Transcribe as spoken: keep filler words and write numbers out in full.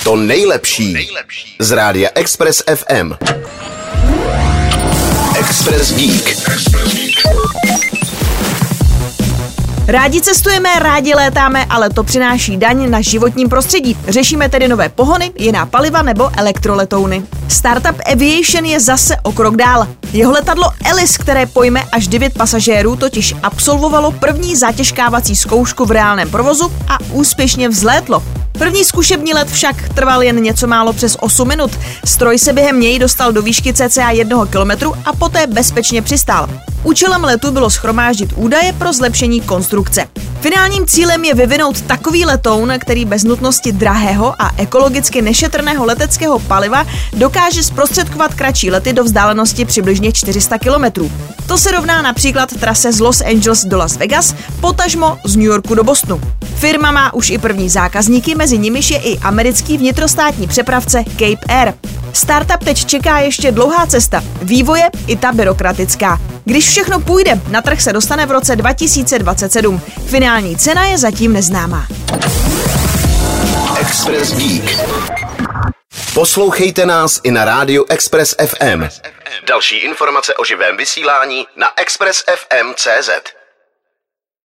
To nejlepší z rádia Express F M. Express Geek. Rádi cestujeme, rádi létáme, ale to přináší daň na životním prostředí. Řešíme tedy nové pohony, jiná paliva nebo elektroletouny. Startup Aviation je zase o krok dál. Jeho letadlo Alice, které pojme až devět pasažérů, totiž absolvovalo první zatěžkávací zkoušku v reálném provozu a úspěšně vzlétlo. První zkušební let však trval jen něco málo přes osm minut. Stroj se během něj dostal do výšky cca jednoho kilometru a poté bezpečně přistál. Účelem letu bylo shromáždit údaje pro zlepšení konstrukce. Finálním cílem je vyvinout takový letoun, který bez nutnosti drahého a ekologicky nešetrného leteckého paliva dokáže zprostředkovat kratší lety do vzdálenosti přibližně čtyři sta kilometrů. To se rovná například trase z Los Angeles do Las Vegas, potažmo z New Yorku do Bostonu. Firma má už i první zákazníky, mezi nimiž je i americký vnitrostátní přepravce Cape Air. Startup teď čeká ještě dlouhá cesta, vývoje i ta byrokratická. Když všechno půjde, na trh se dostane v roce dva tisíce dvacet sedm. Finální cena je zatím neznámá. Express Geek. Poslouchejte nás i na rádiu Express F M. Další informace o živém vysílání na express f m tečka cé zet.